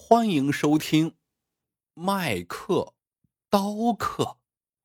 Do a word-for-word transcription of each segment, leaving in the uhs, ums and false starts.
欢迎收听麦克刀客。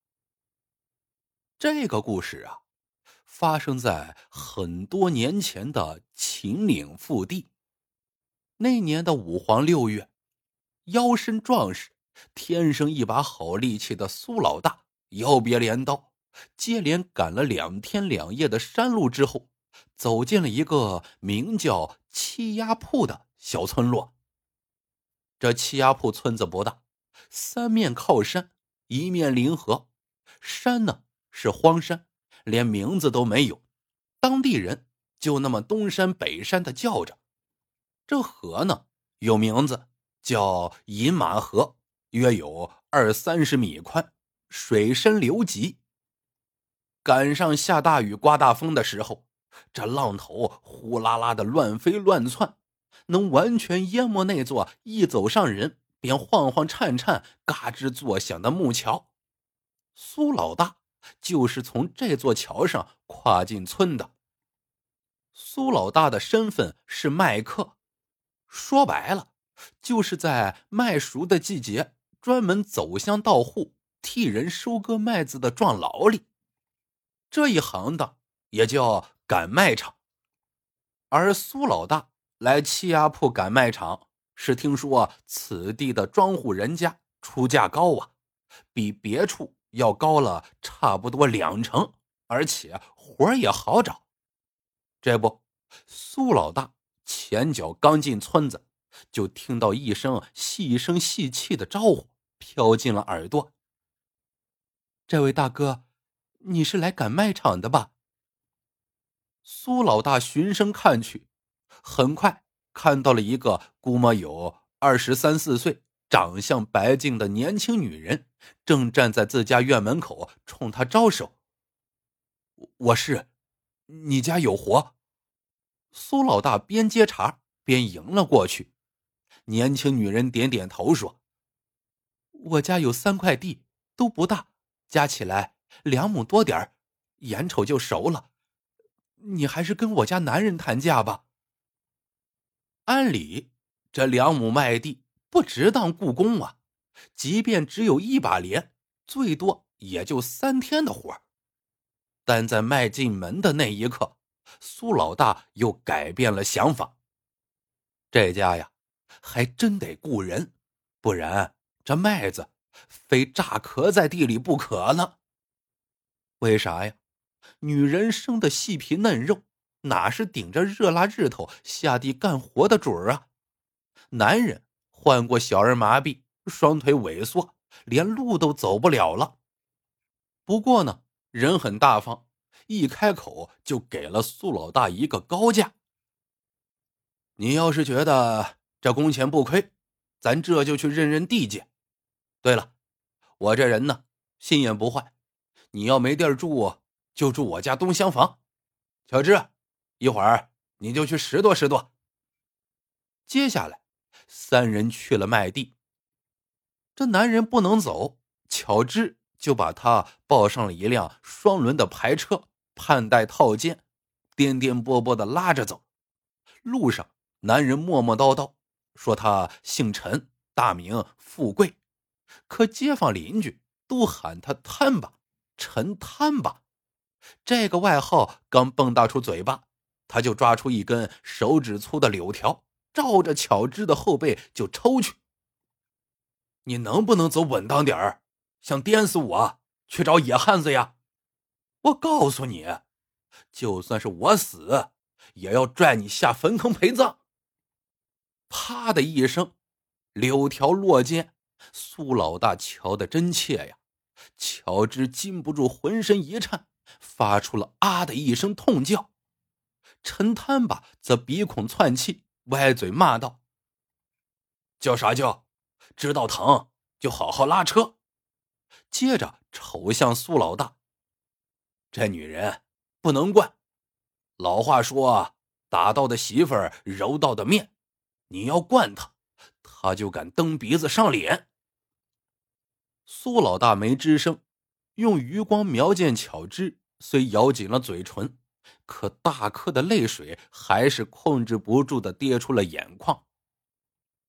这个故事啊，发生在很多年前的秦岭腹地。那年的五黄六月，腰身壮实、天生一把好力气的苏老大腰别镰刀，接连赶了两天两夜的山路之后，走进了一个名叫七鸭铺的小村落。这七鸭铺村子不大，三面靠山，一面临河。山呢是荒山，连名字都没有，当地人就那么东山北山的叫着。这河呢有名字，叫饮马河，约有二三十米宽，水深流急。赶上下大雨刮大风的时候，这浪头呼啦啦的乱飞乱窜，能完全淹没那座一走上人便晃晃颤颤嘎吱作响的木桥。苏老大就是从这座桥上跨进村的。苏老大的身份是麦客，说白了就是在麦熟的季节专门走乡到户替人收割麦子的壮劳力。这一行当也叫赶麦场。而苏老大来七鸭铺赶麦场，是听说此地的庄户人家出价高啊，比别处要高了差不多两成，而且活儿也好找。这不，苏老大前脚刚进村子，就听到一声细声细气的招呼飘进了耳朵。这位大哥，你是来赶麦场的吧？苏老大循声看去，很快看到了一个估摸有二十三四岁、长相白净的年轻女人，正站在自家院门口冲他招手。我是，你家有活？苏老大边接茬边迎了过去。年轻女人点点头说：我家有三块地，都不大，加起来两亩多点儿，眼瞅就熟了。你还是跟我家男人谈价吧。按理这两亩麦地不值当雇工啊，即便只有一把镰，最多也就三天的活。但在迈进门的那一刻，苏老大又改变了想法。这家呀还真得雇人，不然这麦子非炸壳在地里不可呢。为啥呀？女人生的细皮嫩肉，哪是顶着热辣日头下地干活的准儿啊？男人患过小儿麻痹，双腿萎缩，连路都走不了了。不过呢，人很大方，一开口就给了苏老大一个高价。你要是觉得这工钱不亏，咱这就去认认地界。对了，我这人呢，心眼不坏，你要没地儿住，就住我家东厢房。小芝，一会儿你就去拾掇拾掇。接下来三人去了麦地。这男人不能走，巧芝就把他抱上了一辆双轮的排车，盼带套间，颠颠簸簸的拉着走。路上男人磨磨叨叨说他姓陈，大名富贵，可街坊邻居都喊他摊吧，陈摊吧。这个外号刚蹦跶出嘴巴，他就抓出一根手指粗的柳条，照着巧芝的后背就抽去。你能不能走稳当点儿？想颠死我去找野汉子呀？我告诉你，就算是我死，也要拽你下坟坑陪葬。啪的一声，柳条落肩，苏老大瞧得真切呀。乔治禁不住浑身一颤，发出了啊的一声痛叫。陈摊吧则鼻孔窜气，歪嘴骂道：叫啥叫？知道疼就好好拉车。接着瞅向苏老大，这女人不能惯，老话说打到的媳妇儿揉到的面，你要惯她，她就敢蹬鼻子上脸。苏老大没吱声，用余光瞄见巧芝，虽咬紧了嘴唇，可大颗的泪水还是控制不住的跌出了眼眶。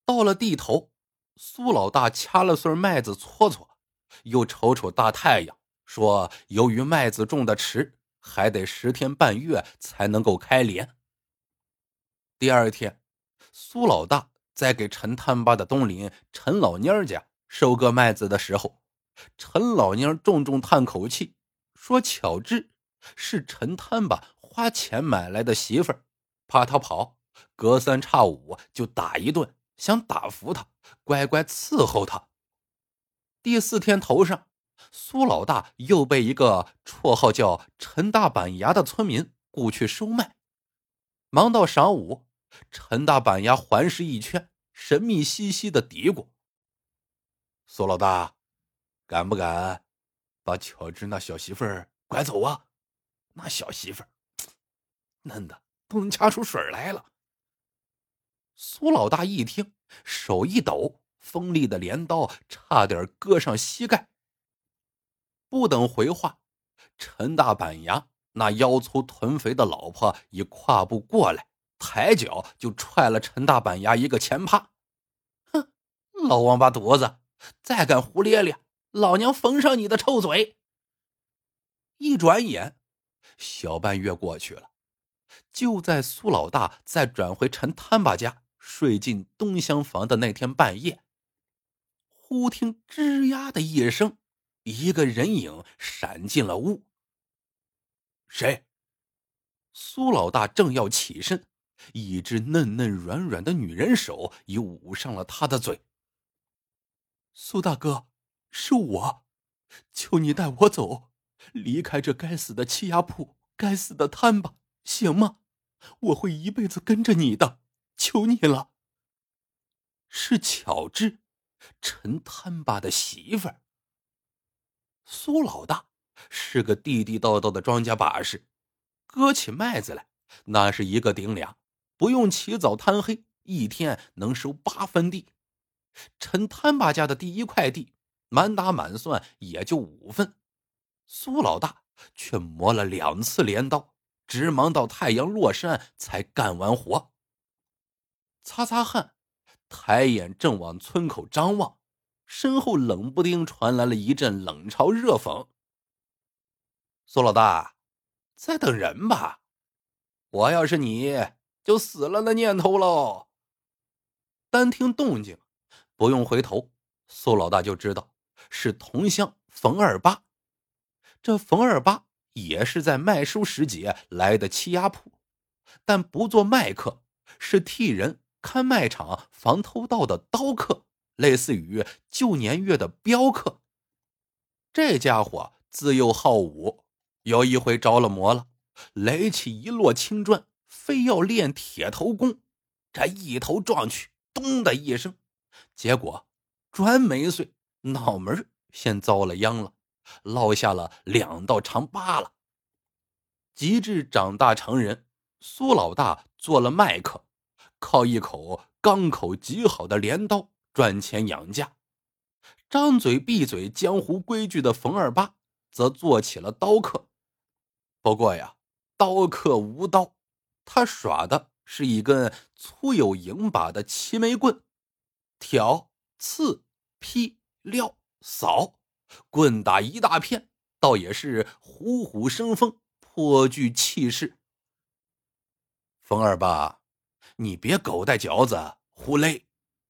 到了地头，苏老大掐了穗麦子搓搓，又瞅瞅大太阳，说由于麦子种的迟，还得十天半月才能够开镰。第二天，苏老大在给陈探爸的东邻陈老蔫家收割麦子的时候，陈老蔫重重叹口气，说巧智是陈探爸花钱买来的媳妇儿，怕他跑，隔三差五就打一顿，想打服他，乖乖伺候他。第四天头上，苏老大又被一个绰号叫陈大板牙的村民雇去收麦。忙到晌午，陈大板牙环视一圈，神秘兮兮的嘀咕：苏老大，敢不敢把巧智那小媳妇儿拐走啊？那小媳妇儿嫩的都能掐出水来了。苏老大一听，手一抖，锋利的镰刀差点割上膝盖。不等回话，陈大板牙那腰粗臀肥的老婆已跨步过来，抬脚就踹了陈大板牙一个前趴。哼，老王八犊子，再敢胡咧咧，老娘缝上你的臭嘴！一转眼，小半月过去了。就在苏老大再转回陈探爸家睡进东厢房的那天半夜，忽听吱呀的一声，一个人影闪进了屋。谁？苏老大正要起身，一只嫩嫩软软的女人手已捂上了他的嘴。苏大哥，是我，求你带我走，离开这该死的欺压铺，该死的摊吧，行吗？我会一辈子跟着你的，求你了。是巧智，陈探爸的媳妇儿。苏老大是个地地道道的庄稼把式，割起麦子来那是一个顶俩，不用起早贪黑，一天能收八分地。陈探爸家的第一块地，满打满算也就五分，苏老大却磨了两次镰刀，直忙到太阳落山才干完活。擦擦汗，抬眼正往村口张望，身后冷不丁传来了一阵冷嘲热讽：苏老大，在等人吧？我要是你，就死了那念头喽。单听动静，不用回头，苏老大就知道是同乡冯二八。这冯二八也是在麦收时节来的欺压铺，但不做麦客，是替人看卖场防偷盗的刀客，类似于旧年月的镖客。这家伙自幼好武，有一回着了魔了，垒起一摞青砖，非要练铁头功。这一头撞去，咚的一声，结果砖没碎，脑门先遭了殃了，落下了两道长疤了。及至长大成人，苏老大做了麦客，靠一口钢口极好的镰刀赚钱养家。张嘴闭嘴江湖规矩的冯二八则做起了刀客。不过呀，刀客无刀，他耍的是一根粗有影把的齐眉棍，挑、刺、劈、撩、扫，棍打一大片，倒也是虎虎生风，颇具气势。冯二八，你别狗带嚼子胡勒。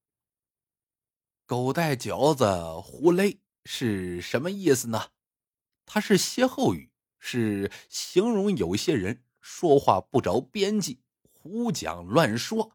狗带嚼子胡勒是什么意思呢？它是歇后语，是形容有些人说话不着边际，胡讲乱说。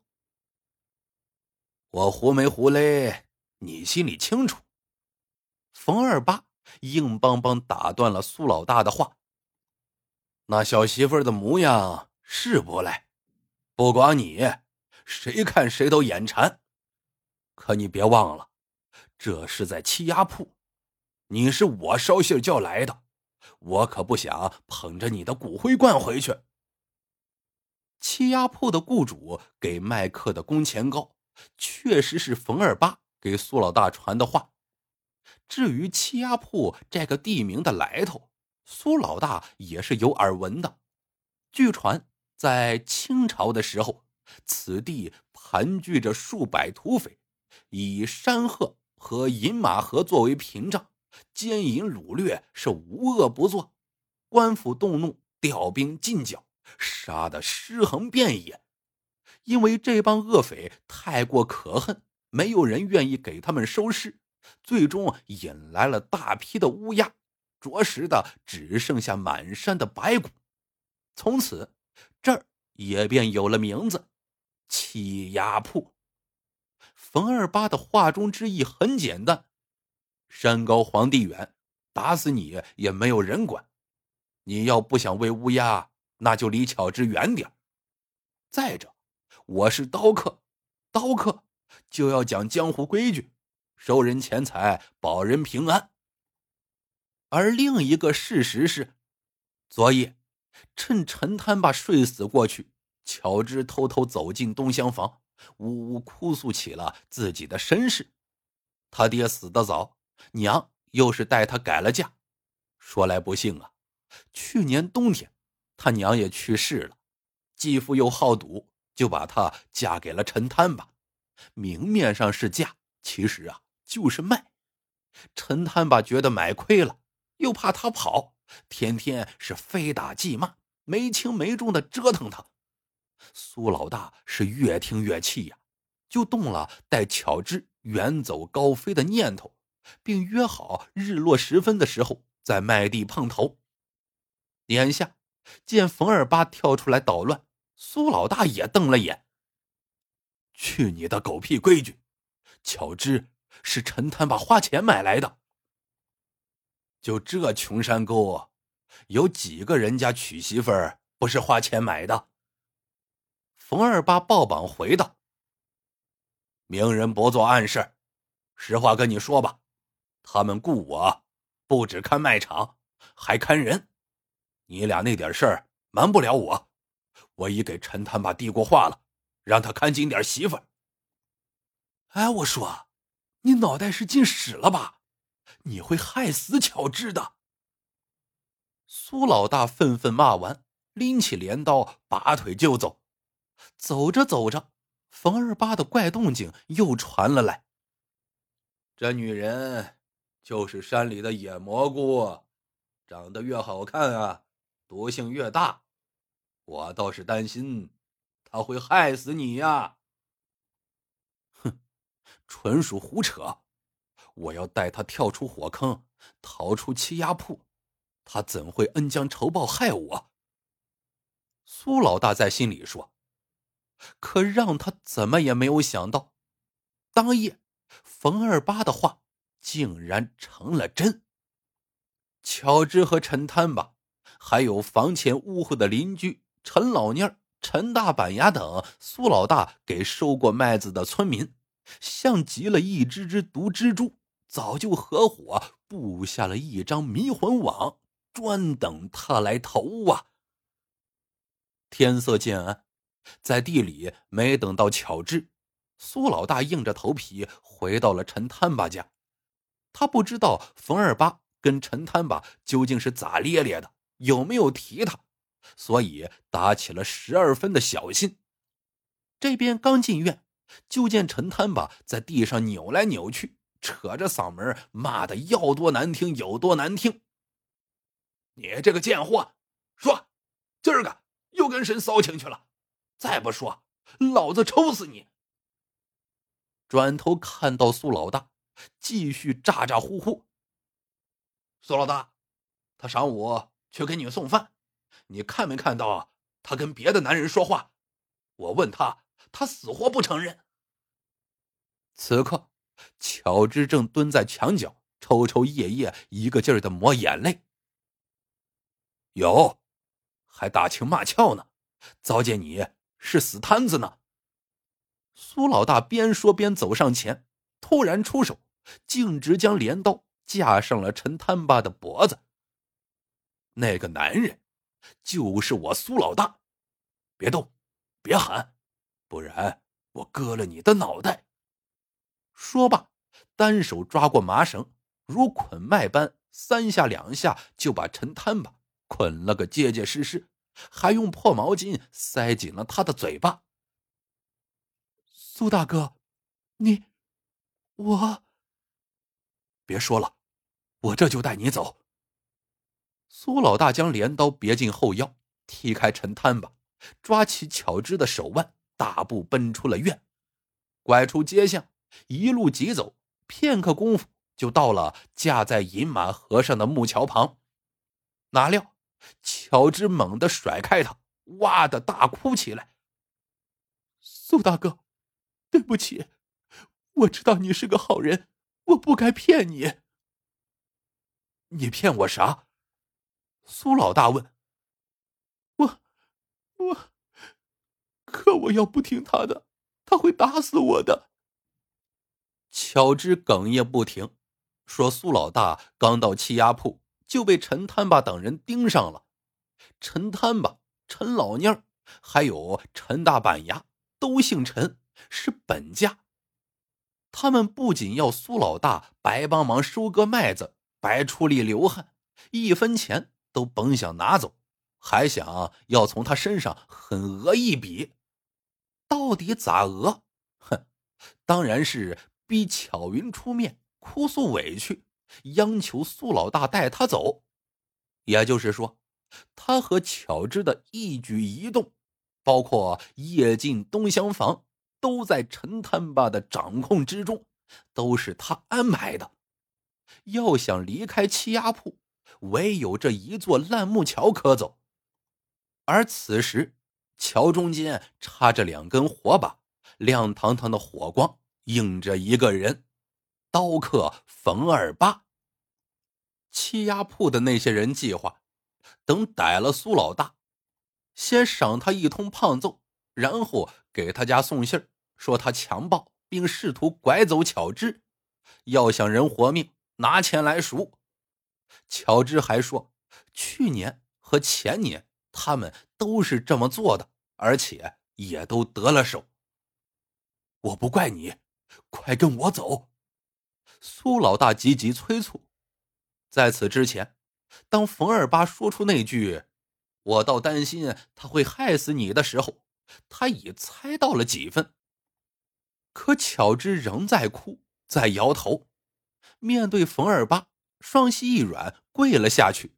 我胡没胡勒，你心里清楚。冯二八硬邦邦打断了苏老大的话。那小媳妇儿的模样是不赖，不光你，谁看谁都眼馋。可你别忘了，这是在欺压铺，你是我捎信叫来的，我可不想捧着你的骨灰罐回去。欺压铺的雇主给麦克的工钱高，确实是冯二八给苏老大传的话。至于欺压铺这个地名的来头，苏老大也是有耳闻的。据传在清朝的时候，此地盘踞着数百土匪， 以山鹤和饮马河作为屏障，奸淫掳掠是无恶不作。官府动怒，调兵进剿，杀得尸横遍野。因为这帮恶匪太过可恨，没有人愿意给他们收尸，最终引来了大批的乌鸦，着实的只剩下满山的白骨。从此这儿也便有了名字，欺压铺。冯二八的话中之意很简单，山高皇帝远，打死你也没有人管。你要不想喂乌鸦，那就离巧枝远点。再者，我是刀客，刀客就要讲江湖规矩，收人钱财，保人平安。而另一个事实是，昨夜趁陈贪把睡死过去，巧枝偷偷走进东厢房，呜呜哭诉起了自己的身世。他爹死得早，娘又是带他改了嫁。说来不幸啊，去年冬天他娘也去世了，继父又好赌，就把她嫁给了陈贪吧。明面上是嫁，其实啊就是卖。陈贪吧觉得买亏了，又怕他跑，天天是非打即骂，没轻没重的折腾他。苏老大是越听越气呀、啊，就动了带巧枝远走高飞的念头，并约好日落时分的时候在麦地碰头。眼下见冯二八跳出来捣乱，苏老大也瞪了眼。去你的狗屁规矩！巧枝是陈贪把花钱买来的。就这穷山沟，有几个人家娶媳妇儿不是花钱买的？冯二八抱膀回道：明人不做暗事，实话跟你说吧，他们雇我不只看卖场，还看人。你俩那点事儿瞒不了我，我已给陈贪把递过话了，让他看紧点媳妇儿。哎，我说，你脑袋是进屎了吧？你会害死巧枝的。苏老大愤愤骂完，拎起镰刀拔腿就走。走着走着，冯二八的怪动静又传了来。这女人就是山里的野蘑菇，长得越好看啊，毒性越大。我倒是担心她会害死你呀。哼，纯属胡扯。我要带她跳出火坑，逃出欺压铺，她怎会恩将仇报害我？苏老大在心里说。可让他怎么也没有想到，当夜冯二八的话竟然成了真。巧枝和陈贪吧，还有房前屋后的邻居陈老蔫、陈大板牙等苏老大给收过麦子的村民，像极了一只只毒蜘蛛，早就合伙布下了一张迷魂网，专等他来投啊。天色渐暗，在地里没等到巧枝，苏老大硬着头皮回到了陈贪吧家。他不知道冯二八跟陈贪吧究竟是咋咧咧的，有没有提他，所以打起了十二分的小心。这边刚进院，就见陈贪吧在地上扭来扭去，扯着嗓门骂得要多难听有多难听。你这个贱货，说今儿个又跟谁骚情去了？再不说，老子抽死你！转头看到苏老大，继续咋咋呼呼。苏老大，他晌午去给你送饭，你看没看到他跟别的男人说话？我问他，他死活不承认。此刻，巧枝正蹲在墙角，抽抽噎噎，一个劲儿的抹眼泪。有，还打情骂俏呢，糟践你是死摊子呢。苏老大边说边走上前，突然出手，径直将镰刀架上了陈贪吧的脖子。那个男人就是我苏老大，别动，别喊，不然我割了你的脑袋。说罢，单手抓过麻绳，如捆麦般三下两下就把陈贪吧捆了个结结实实，还用破毛巾塞紧了他的嘴巴。苏大哥，你我…… 别说了，我这就带你走。苏老大将镰刀别进后腰，踢开陈贪吧，抓起巧枝的手腕，大步奔出了院，拐出街巷，一路疾走，片刻功夫就到了架在饮马河上的木桥旁。哪料巧枝猛地甩开他，哇的大哭起来：“ 苏大哥，对不起，我知道你是个好人，我不该骗你。”“ 你骗我啥？”苏老大问。 “我……我……可我要不听他的，他会打死我的。” 巧枝哽咽不停，说苏老大刚到欺压铺就被陈贪吧等人盯上了。陈贪吧、陈老蔫儿还有陈大板牙都姓陈，是本家。他们不仅要苏老大白帮忙收割麦子，白出力流汗，一分钱都甭想拿走，还想要从他身上狠讹一笔。到底咋讹？哼，当然是逼巧云出面哭诉委屈，央求苏老大带他走。也就是说，他和巧枝的一举一动，包括夜进东厢房，都在陈探爸的掌控之中，都是他安排的。要想离开欺压铺，唯有这一座烂木桥可走。而此时桥中间插着两根火把，亮堂堂的火光映着一个人，刀客冯二八。欺压铺的那些人计划，等逮了苏老大，先赏他一通胖揍，然后给他家送信儿，说他强暴并试图拐走巧枝，要想人活命，拿钱来赎。巧枝还说，去年和前年他们都是这么做的，而且也都得了手。我不怪你，快跟我走。苏老大急急催促。在此之前，当冯二八说出那句“我倒担心他会害死你”的时候，他已猜到了几分。可巧枝仍在哭，在摇头。面对冯二八，双膝一软，跪了下去。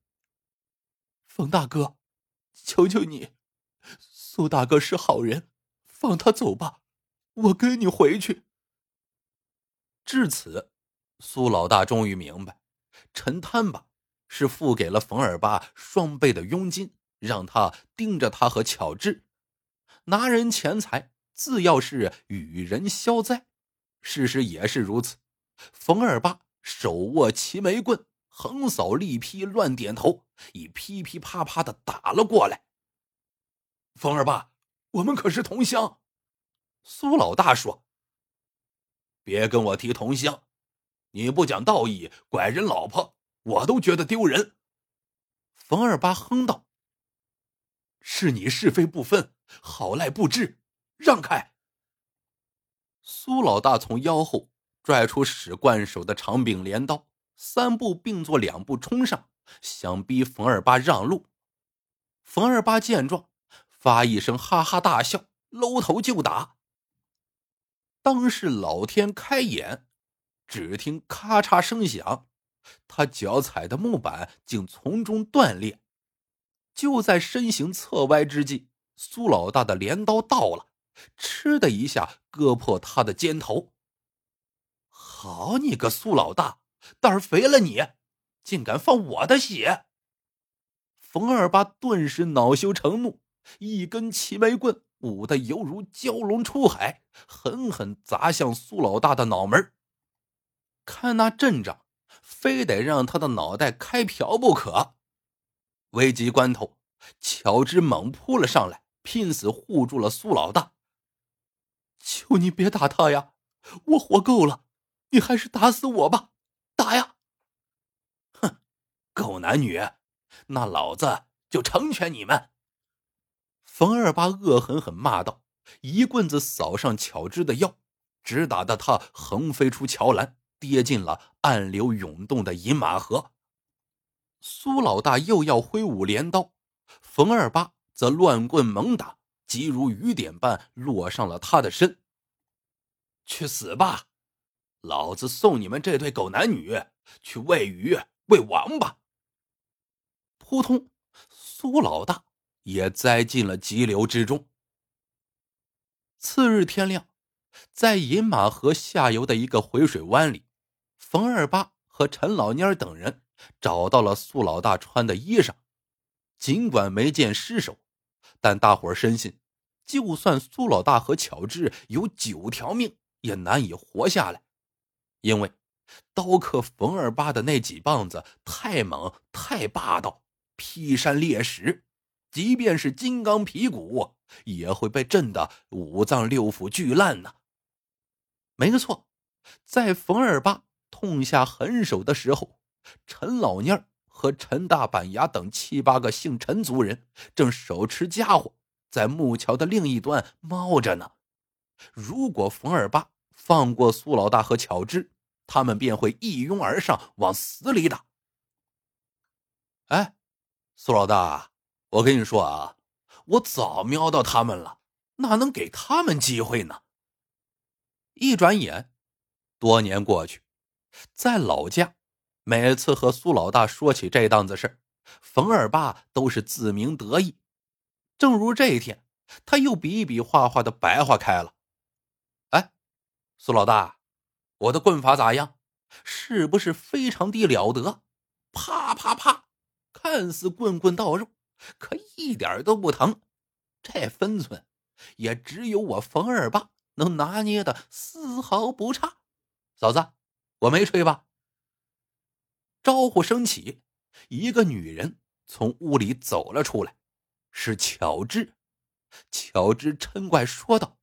“冯大哥，求求你，苏大哥是好人，放他走吧，我跟你回去。” 至此，苏老大终于明白，陈贪吧是付给了冯二八双倍的佣金，让他盯着他和巧枝，拿人钱财自要是与人消灾。事实也是如此，冯二八手握齐眉棍，横扫利劈，乱点头，已噼噼啪啪的打了过来。“冯二八，我们可是同乡。”苏老大说。“别跟我提同乡，你不讲道义，拐人老婆，我都觉得丢人。”冯二八哼道。“是你是非不分，好赖不知，让开！”苏老大从腰后拽出使惯手的长柄镰刀，三步并作两步冲上，想逼冯二八让路。冯二八见状，发一声哈哈大笑，搂头就打。当是老天开眼，只听咔嚓声响，他脚踩的木板竟从中断裂。就在身形侧歪之际，苏老大的镰刀到了，嗤的一下割破他的肩头。“好你个苏老大，胆儿肥了你，竟敢放我的血！”冯二八顿时恼羞成怒，一根齐眉棍舞得犹如蛟龙出海，狠狠砸向苏老大的脑门。看那阵仗，非得让他的脑袋开瓢不可。危急关头，巧枝猛扑了上来，拼死护住了苏老大。 “求你别打他呀，我活够了，你还是打死我吧，打呀！”“ 哼，狗男女，那老子就成全你们！”冯二八恶狠狠骂道，一棍子扫上巧枝的腰，直打得他横飞出桥栏，跌进了暗流涌动的饮马河。苏老大又要挥舞镰刀，冯二八则乱棍猛打，急如雨点般落上了他的身。“去死吧！” 老子送你们这对狗男女去喂鱼喂王八。扑通，苏老大也栽进了急流之中。次日天亮，在饮马河下游的一个回水湾里，冯二八和陈老蔫等人找到了苏老大穿的衣裳。尽管没见尸首，但大伙儿深信，就算苏老大和巧枝有九条命也难以活下来，因为刀客冯二八的那几棒子太猛太霸道，劈山裂石，即便是金刚皮骨也会被震得五脏六腑俱烂呢。没错，在冯二八痛下狠手的时候，陈老蔫和陈大板牙等七八个姓陈族人正手持家伙在木桥的另一端猫着呢。如果冯二八放过苏老大和巧枝，他们便会一拥而上往死里打。哎，苏老大，我跟你说啊，我早瞄到他们了，哪能给他们机会呢？一转眼，多年过去，在老家，每次和苏老大说起这档子事，冯二八都是自鸣得意。正如这一天，他又比比划划的白话开了。哎，苏老大，我的棍法咋样？是不是非常的了得？啪啪啪，看似棍棍到肉，可一点都不疼。这分寸也只有我冯二八能拿捏的丝毫不差。嫂子，我没吹吧？招呼声起，一个女人从屋里走了出来，是巧枝。巧枝嗔怪说道：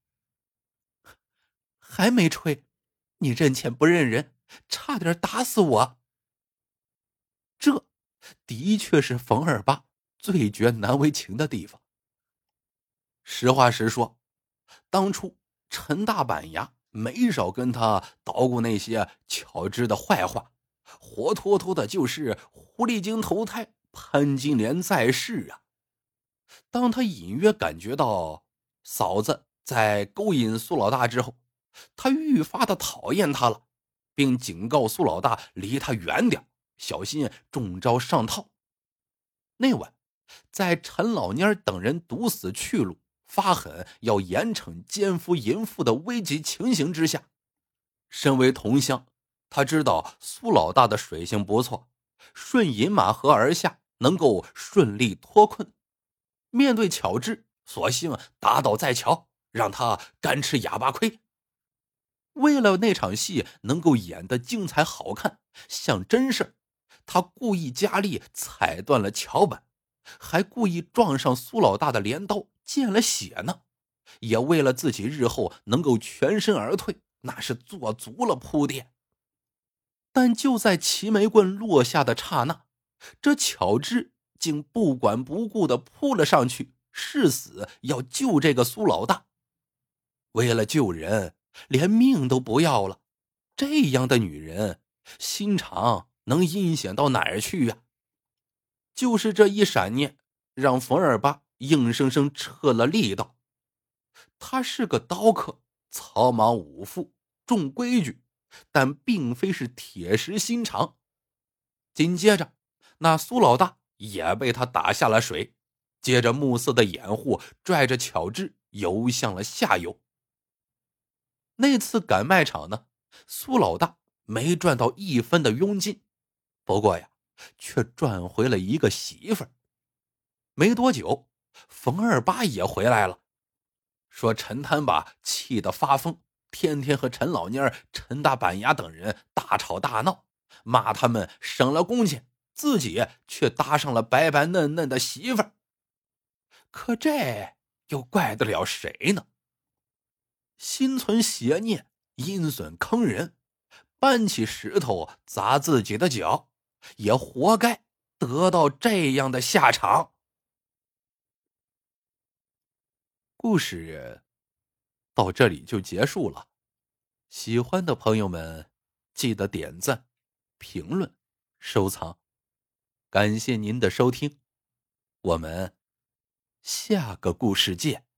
还没吹，你认钱不认人，差点打死我。这的确是冯二八最觉难为情的地方。实话实说，当初陈大板牙没少跟他捣鼓那些巧枝的坏话，活脱脱的就是狐狸精投胎，潘金莲在世啊。当他隐约感觉到嫂子在勾引苏老大之后，他愈发的讨厌他了，并警告苏老大离他远点，小心中招上套。那晚，在陈老蔫等人堵死去路，发狠要严惩奸夫淫妇的危急情形之下，身为同乡，他知道苏老大的水性不错，顺饮马河而下，能够顺利脱困。面对巧枝，索性打倒在桥，让他干吃哑巴亏。为了那场戏能够演得精彩好看，像真事，他故意加力踩断了桥板，还故意撞上苏老大的镰刀，见了血呢。也为了自己日后能够全身而退，那是做足了铺垫。但就在齐眉棍落下的刹那，这巧枝竟不管不顾地扑了上去，誓死要救这个苏老大。为了救人，连命都不要了，这样的女人心肠能阴险到哪儿去呀、啊？就是这一闪念，让冯二八硬生生撤了力道。他是个刀客，草莽武夫，重规矩，但并非是铁石心肠。紧接着，那苏老大也被他打下了水，接着暮色的掩护，拽着巧枝游向了下游。那次赶卖场呢，苏老大没赚到一分的佣金，不过呀，却赚回了一个媳妇儿。没多久，冯二八也回来了，说陈贪把气得发疯，天天和陈老蔫、陈大板牙等人大吵大闹，骂他们省了工钱，自己却搭上了白白嫩嫩的媳妇儿。可这又怪得了谁呢？心存邪念，阴损坑人，搬起石头砸自己的脚，也活该得到这样的下场。故事到这里就结束了，喜欢的朋友们记得点赞、评论、收藏，感谢您的收听，我们下个故事见。